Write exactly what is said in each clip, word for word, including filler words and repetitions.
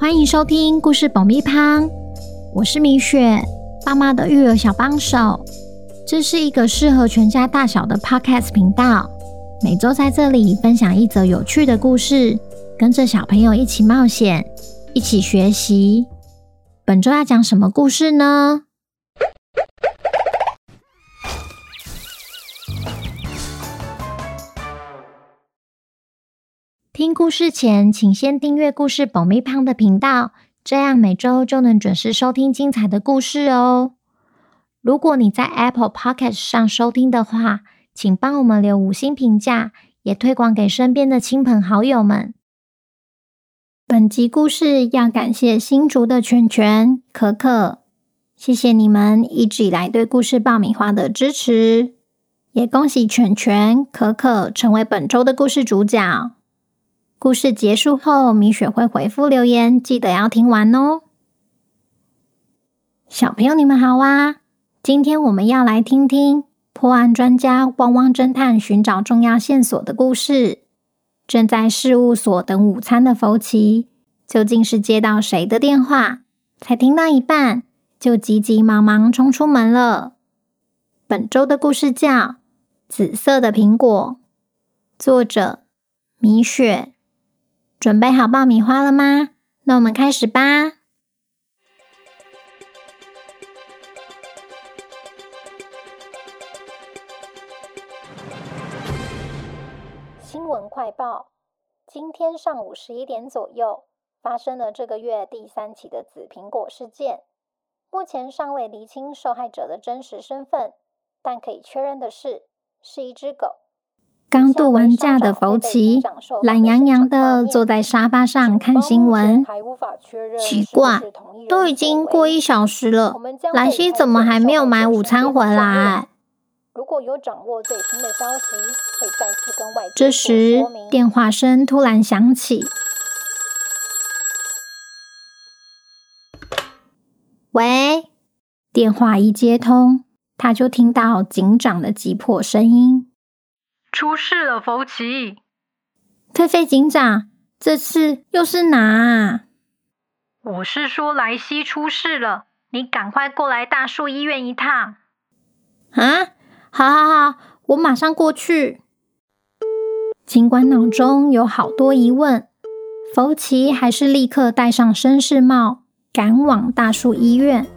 欢迎收听故事爆米花，我是米雪，爸妈的育儿小帮手。这是一个适合全家大小的 podcast 频道，每周在这里分享一则有趣的故事，跟着小朋友一起冒险，一起学习。本周要讲什么故事呢？听故事前，请先订阅故事爆米花的频道，这样每周就能准时收听精彩的故事哦。如果你在 Apple Podcast 上收听的话，请帮我们留五星评价，也推广给身边的亲朋好友们。本集故事要感谢新竹的犬犬、可可，谢谢你们一直以来对故事爆米花的支持，也恭喜犬犬、可可成为本周的故事主角。故事结束后，米雪会回复留言，记得要听完哦。小朋友你们好啊，今天我们要来听听破案专家汪汪侦探寻找重要线索的故事。正在事务所等午餐的福奇，究竟是接到谁的电话，才听到一半就急急忙忙冲出门了。本周的故事叫《紫色的苹果》，作者米雪。准备好爆米花了吗？那我们开始吧。新闻快报：今天上午十一点左右，发生了这个月第三起的紫苹果事件。目前尚未厘清受害者的真实身份，但可以确认的是，是一只狗。刚度完假的福奇懒洋洋的坐在沙发上看新闻。奇怪，都已经过一小时了，莱西怎么还没有买午餐回来？如果有掌握最新的消息，会再次跟外界这时，电话声突然响起。喂，电话一接通，他就听到警长的急迫声音。 出事了，福奇！ 狒狒警长，这次又是哪啊？ 我是说莱西出事了，你赶快过来大树医院一趟。 啊，好好好，我马上过去。尽管脑中有好多疑问，福奇还是立刻戴上绅士帽，赶往大树医院。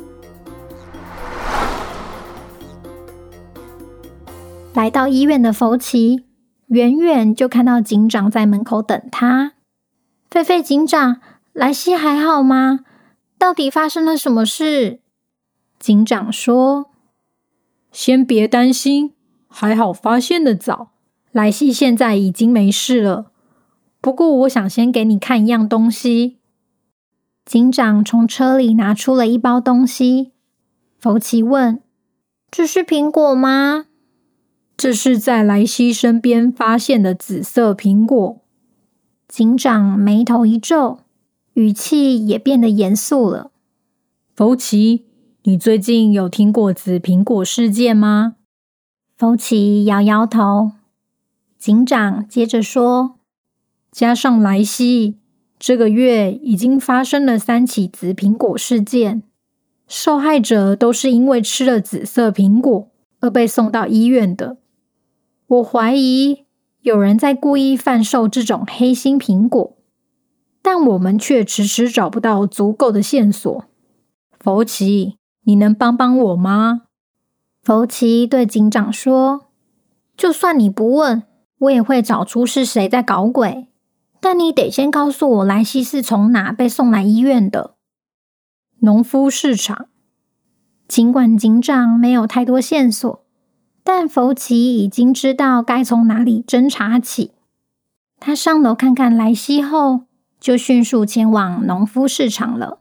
来到医院的福奇，远远就看到警长在门口等他。狒狒警长，莱西还好吗？到底发生了什么事？警长说： 先别担心，还好发现得早，莱西现在已经没事了。不过我想先给你看一样东西。 警长从车里拿出了一包东西。福奇问：这是苹果吗？ 这是在莱西身边发现的紫色苹果。 警长眉头一皱，语气也变得严肃了。 福奇，你最近有听过紫苹果事件吗？ 福奇摇摇头。警长接着说： 加上莱西，这个月已经发生了三起紫苹果事件，受害者都是因为吃了紫色苹果而被送到医院的。我怀疑有人在故意贩售这种黑心苹果，但我们却迟迟找不到足够的线索。福奇，你能帮帮我吗？ 福奇对警长说：就算你不问，我也会找出是谁在搞鬼，但你得先告诉我莱西是从哪被送来医院的。 农夫市场。 尽管警长没有太多线索，但福奇已经知道该从哪里侦查起。他上楼看看莱西后，就迅速前往农夫市场了。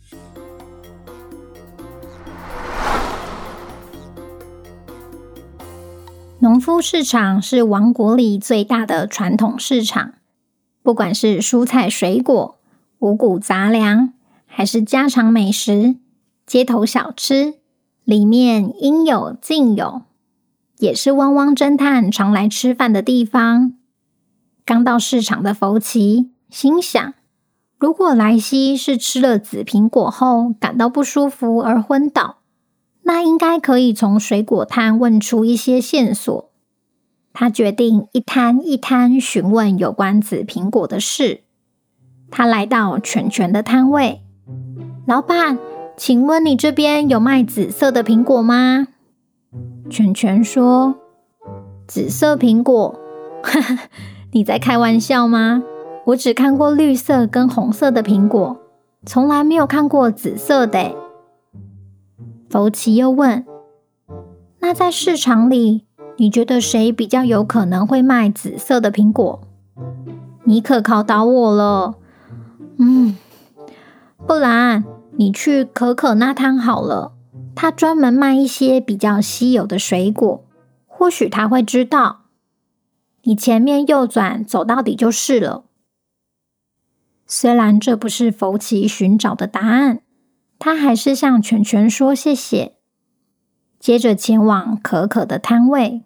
农夫市场是王国里最大的传统市场，不管是蔬菜水果、五谷杂粮，还是家常美食、街头小吃，里面应有尽有。也是汪汪侦探常来吃饭的地方。刚到市场的福奇心想， 如果莱西是吃了紫苹果后感到不舒服而昏倒，那应该可以从水果摊问出一些线索。他决定一摊一摊询问有关紫苹果的事。他来到全全的摊位，老板，请问你这边有卖紫色的苹果吗？全全说，紫色苹果？哈哈，你在开玩笑吗？我只看过绿色跟红色的苹果，从来没有看过紫色的。福奇又问，那在市场里，你觉得谁比较有可能会卖紫色的苹果？你可考倒我了。嗯，不然你去可可那摊好了，他专门卖一些比较稀有的水果，或许他会知道。你前面右转走到底就是了。虽然这不是福奇寻找的答案，他还是向全全说谢谢，接着前往可可的摊位。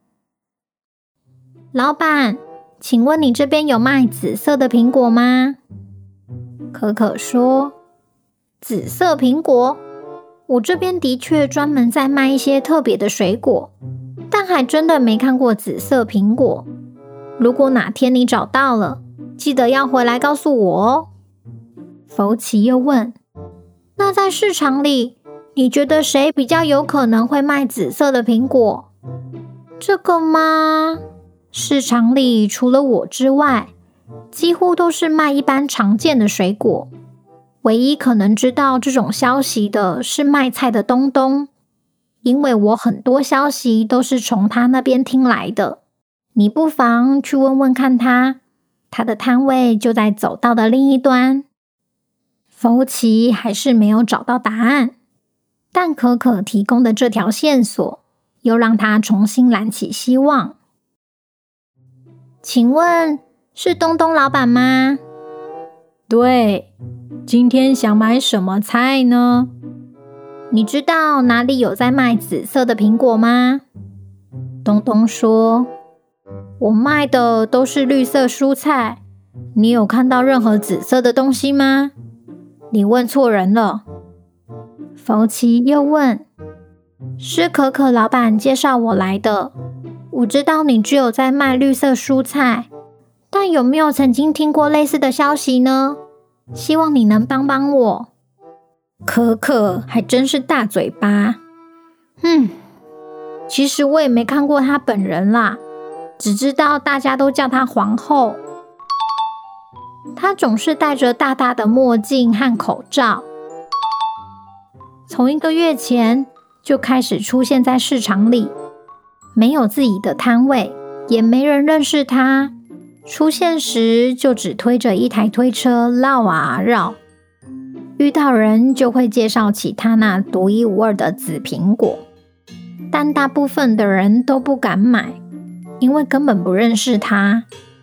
老板，请问你这边有卖紫色的苹果吗？可可说，紫色苹果？我这边的确专门在卖一些特别的水果，但还真的没看过紫色苹果。如果哪天你找到了，记得要回来告诉我哦。福奇又问，那在市场里，你觉得谁比较有可能会卖紫色的苹果？这个吗？市场里除了我之外，几乎都是卖一般常见的水果。唯一可能知道这种消息的是卖菜的东东，因为我很多消息都是从他那边听来的。你不妨去问问看他，他的摊位就在走道的另一端。福奇还是没有找到答案，但可可提供的这条线索又让他重新燃起希望。请问是东东老板吗？ 对，今天想买什么菜呢？ 你知道哪里有在卖紫色的苹果吗？东东说，我卖的都是绿色蔬菜，你有看到任何紫色的东西吗？你问错人了。福奇又问，是可可老板介绍我来的，我知道你只有在卖绿色蔬菜，但有没有曾经听过类似的消息呢？希望你能帮帮我。可可还真是大嘴巴。嗯，其实我也没看过她本人啦，只知道大家都叫她皇后。她总是戴着大大的墨镜和口罩，从一个月前就开始出现在市场里，没有自己的摊位，也没人认识她。出现时就只推着一台推车绕啊绕，遇到人就会介绍起他那独一无二的紫苹果，但大部分的人都不敢买，因为根本不认识他。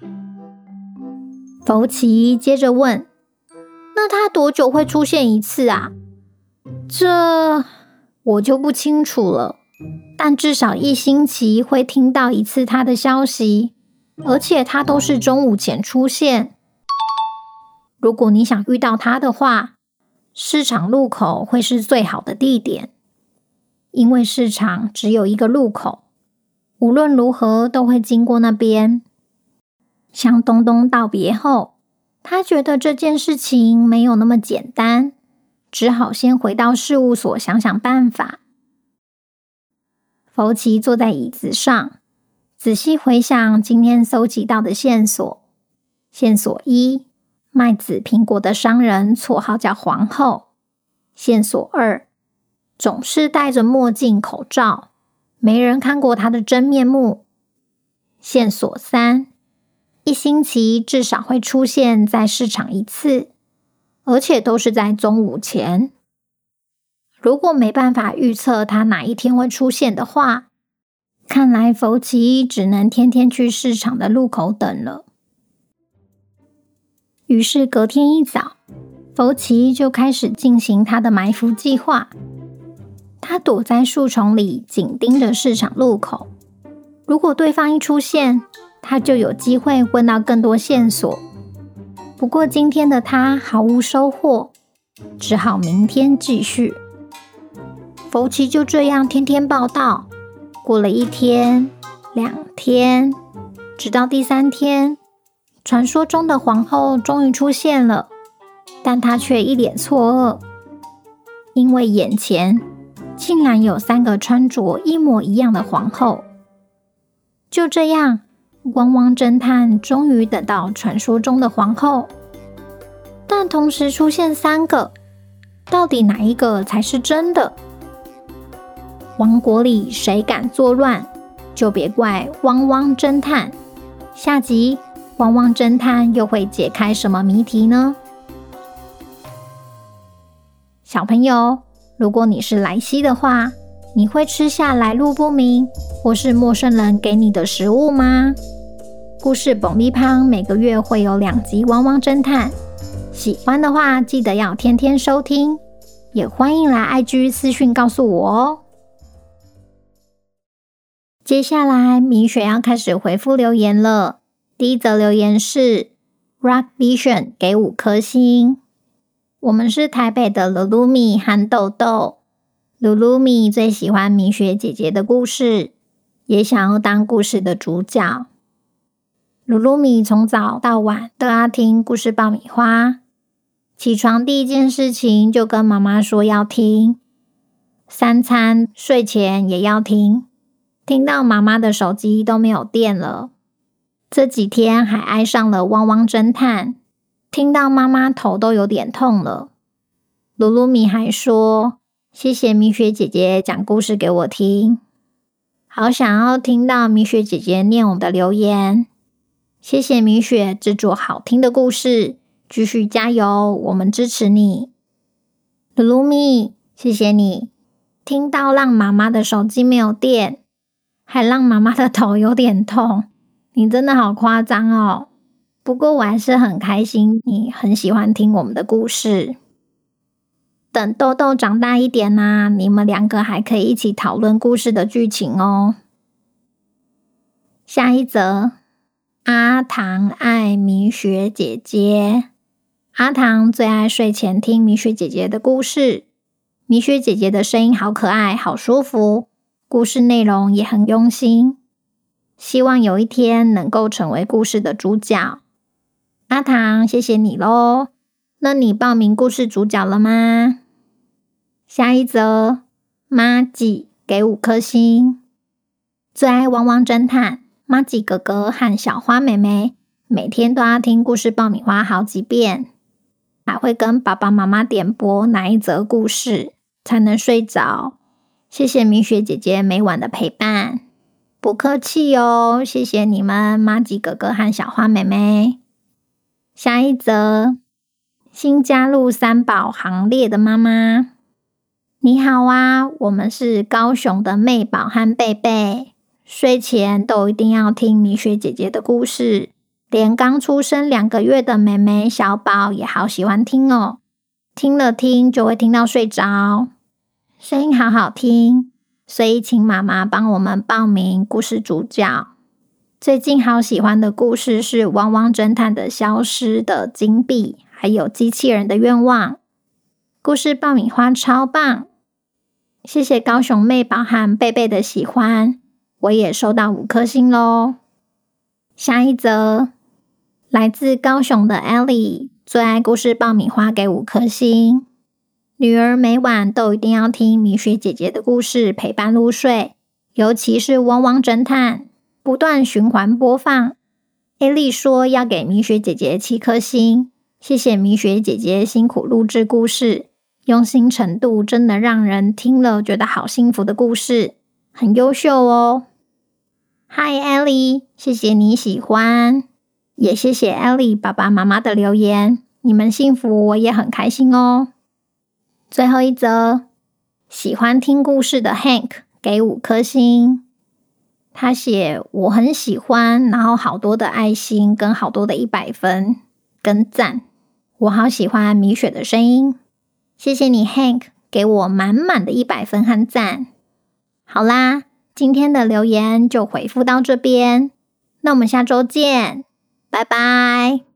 福奇接着问，那他多久会出现一次啊？这我就不清楚了，但至少一星期会听到一次他的消息，而且他都是中午前出现。如果你想遇到他的话，市场路口会是最好的地点，因为市场只有一个路口，无论如何都会经过那边。向东东道别后，他觉得这件事情没有那么简单，只好先回到事务所想想办法。福奇坐在椅子上，仔细回想今天搜集到的线索。线索一，卖紫苹果的商人绰号叫皇后。线索二，总是戴着墨镜口罩，没人看过他的真面目。线索三，一星期至少会出现在市场一次，而且都是在中午前。如果没办法预测他哪一天会出现的话，看来福奇只能天天去市场的路口等了。于是隔天一早，福奇就开始进行他的埋伏计划。他躲在树丛里，紧盯着市场路口。如果对方一出现，他就有机会问到更多线索。 不过今天的他毫无收获，只好明天继续。佛奇就这样天天报道，过了一天、两天，直到第三天，传说中的皇后终于出现了，但她却一脸错愕，因为眼前竟然有三个穿着一模一样的皇后。就这样，汪汪侦探终于等到传说中的皇后，但同时出现三个，到底哪一个才是真的？王国里谁敢作乱，就别怪汪汪侦探。下集汪汪侦探又会解开什么谜题呢？小朋友，如果你是莱西的话，你会吃下来路不明或是陌生人给你的食物吗？故事爆米花每个月会有两集汪汪侦探，喜欢的话记得要天天收听，也欢迎来 I G 私讯告诉我哦。接下来米雪要开始回复留言了。第一则留言是 Rock Vision 给五颗星。我们是台北的 Lulumi 和豆豆。Lulumi 最喜欢米雪姐姐的故事，也想要当故事的主角。Lulumi 从早到晚都要听故事爆米花，起床第一件事情就跟妈妈说要听，三餐睡前也要听，听到妈妈的手机都没有电了。这几天还爱上了汪汪侦探，听到妈妈头都有点痛了。鲁鲁米还说，谢谢米雪姐姐讲故事给我听，好想要听到米雪姐姐念我们的留言。谢谢米雪制作好听的故事，继续加油，我们支持你。鲁鲁米，谢谢你，听到让妈妈的手机没有电，还让妈妈的头有点痛，你真的好夸张哦。不过我还是很开心，你很喜欢听我们的故事。等豆豆长大一点啊，你们两个还可以一起讨论故事的剧情哦。下一则，阿唐爱米雪姐姐。阿唐最爱睡前听米雪姐姐的故事，米雪姐姐的声音好可爱，好舒服，故事内容也很用心，希望有一天能够成为故事的主角。阿唐，谢谢你咯。那你报名故事主角了吗？下一则，妈吉给五颗星。最爱汪汪侦探，妈吉哥哥和小花妹妹每天都要听故事爆米花好几遍，还会跟爸爸妈妈点播哪一则故事才能睡着。谢谢米雪姐姐每晚的陪伴。不客气哦，谢谢你们妈吉哥哥和小花妹妹。下一则，新加入三宝行列的妈妈。你好啊，我们是高雄的妹宝和贝贝，睡前都一定要听米雪姐姐的故事，连刚出生两个月的妹妹小宝也好喜欢听哦，听了听就会听到睡着，声音好好听，所以请妈妈帮我们报名故事主角。最近好喜欢的故事是汪汪侦探的消失的金币，还有机器人的愿望。故事爆米花超棒，谢谢高雄妹宝和贝贝的喜欢，我也收到五颗星咯。下一则，来自高雄的 Ellie 最爱故事爆米花给五颗星。女儿每晚都一定要听米雪姐姐的故事陪伴入睡，尤其是汪汪侦探不断循环播放。Ellie 说要给米雪姐姐七颗星，谢谢米雪姐姐辛苦录制故事，用心程度真的让人听了觉得好幸福的故事，很优秀哦。Hi Ellie， 谢谢你喜欢，也谢谢 Ellie 爸爸妈妈的留言，你们幸福我也很开心哦。最后一则，喜欢听故事的 Hank 给五颗星。他写我很喜欢，然后好多的爱心跟好多的一百分跟赞，我好喜欢米雪的声音，谢谢你 Hank 给我满满的一百分和赞。好啦，今天的留言就回复到这边，那我们下周见，拜拜。